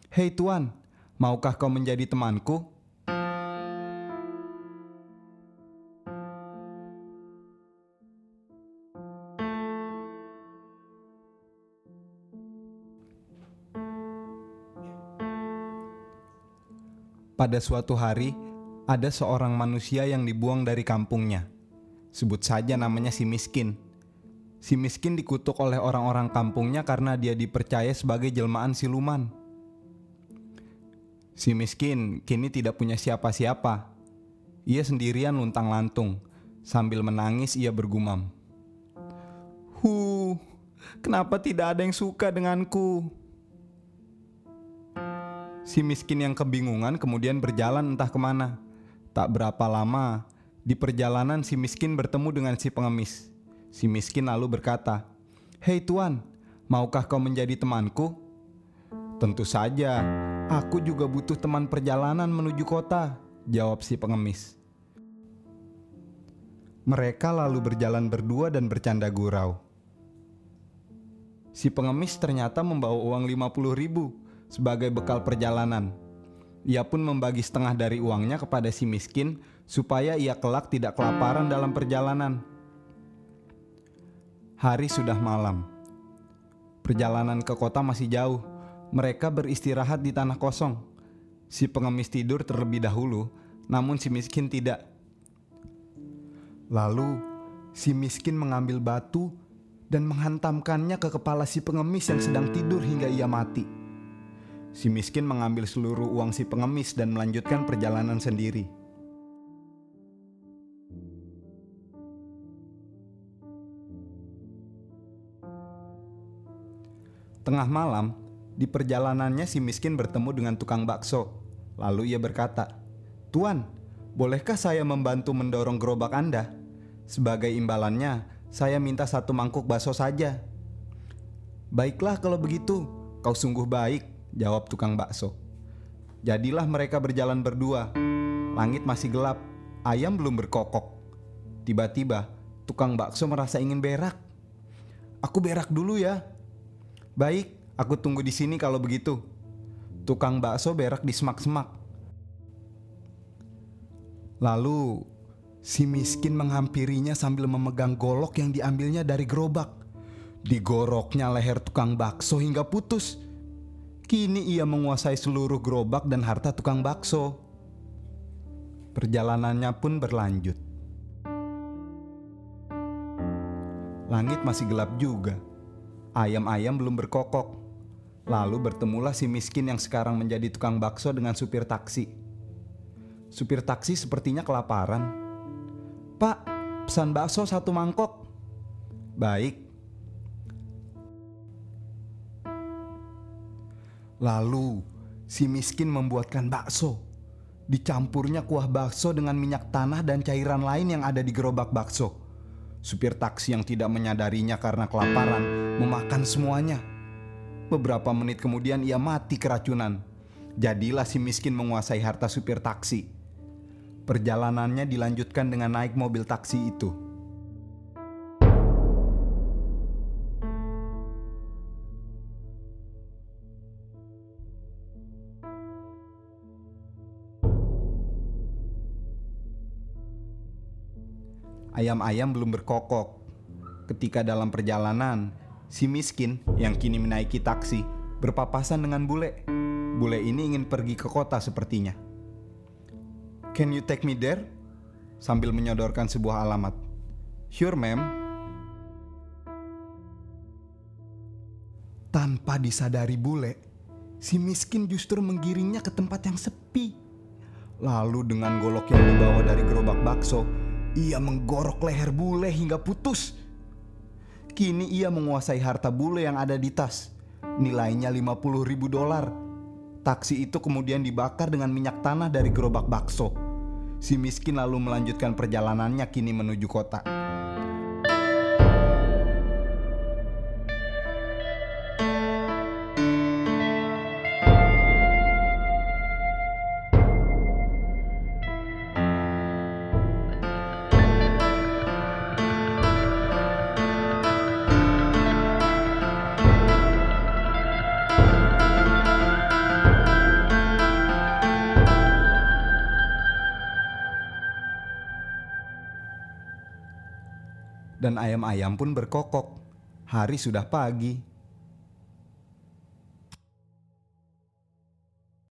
"Hei Tuan, maukah kau menjadi temanku?" Pada suatu hari, ada seorang manusia yang dibuang dari kampungnya. Sebut saja namanya si miskin. Si miskin dikutuk oleh orang-orang kampungnya karena dia dipercaya sebagai jelmaan siluman. Si miskin kini tidak punya siapa-siapa. Ia sendirian luntang-lantung. Sambil menangis ia bergumam, kenapa tidak ada yang suka denganku?" Si miskin yang kebingungan kemudian berjalan entah kemana. Tak berapa lama, di perjalanan si miskin bertemu dengan si pengemis. Si miskin lalu berkata, "Hei Tuan, maukah kau menjadi temanku?" "Tentu saja, aku juga butuh teman perjalanan menuju kota," jawab si pengemis. Mereka lalu berjalan berdua dan bercanda gurau. Si pengemis ternyata membawa uang 50.000 sebagai bekal perjalanan. Ia pun membagi setengah dari uangnya kepada si miskin supaya ia kelak tidak kelaparan dalam perjalanan. Hari sudah malam. Perjalanan ke kota masih jauh. Mereka beristirahat di tanah kosong. Si pengemis tidur terlebih dahulu, namun si miskin tidak. Lalu si miskin mengambil batu dan menghantamkannya ke kepala si pengemis yang sedang tidur hingga ia mati. Si miskin mengambil seluruh uang si pengemis dan melanjutkan perjalanan sendiri. Tengah malam, di perjalanannya si miskin bertemu dengan tukang bakso. Lalu ia berkata, "Tuan, bolehkah saya membantu mendorong gerobak Anda? Sebagai imbalannya, saya minta 1 mangkuk bakso saja." "Baiklah kalau begitu, kau sungguh baik," jawab tukang bakso. Jadilah mereka berjalan berdua. Langit masih gelap, ayam belum berkokok. Tiba-tiba, tukang bakso merasa ingin berak. "Aku berak dulu ya." "Baik, aku tunggu di sini kalau begitu." Tukang bakso berak di semak-semak. Lalu, si miskin menghampirinya sambil memegang golok yang diambilnya dari gerobak. Digoroknya leher tukang bakso hingga putus. Kini ia menguasai seluruh gerobak dan harta tukang bakso. Perjalanannya pun berlanjut. Langit masih gelap juga. Ayam-ayam belum berkokok. Lalu bertemulah si miskin yang sekarang menjadi tukang bakso dengan supir taksi. Supir taksi sepertinya kelaparan. "Pak, pesan bakso 1 mangkok." "Baik." Lalu si miskin membuatkan bakso. Dicampurnya kuah bakso dengan minyak tanah dan cairan lain yang ada di gerobak bakso. Supir taksi yang tidak menyadarinya karena kelaparan memakan semuanya. Beberapa menit kemudian ia mati keracunan. Jadilah si miskin menguasai harta supir taksi. Perjalanannya dilanjutkan dengan naik mobil taksi itu. Ayam-ayam belum berkokok. Ketika dalam perjalanan, si miskin yang kini menaiki taksi berpapasan dengan bule. Bule ini ingin pergi ke kota sepertinya. "Can you take me there?" Sambil menyodorkan sebuah alamat. "Sure, ma'am." Tanpa disadari bule, si miskin justru menggiringnya ke tempat yang sepi. Lalu dengan golok yang dibawa dari gerobak bakso, ia menggorok leher bule hingga putus. Kini ia menguasai harta bule yang ada di tas. Nilainya $50.000. Taksi itu kemudian dibakar dengan minyak tanah dari gerobak bakso. Si miskin lalu melanjutkan perjalanannya kini menuju kota. dan ayam-ayam pun berkokok. Hari sudah pagi.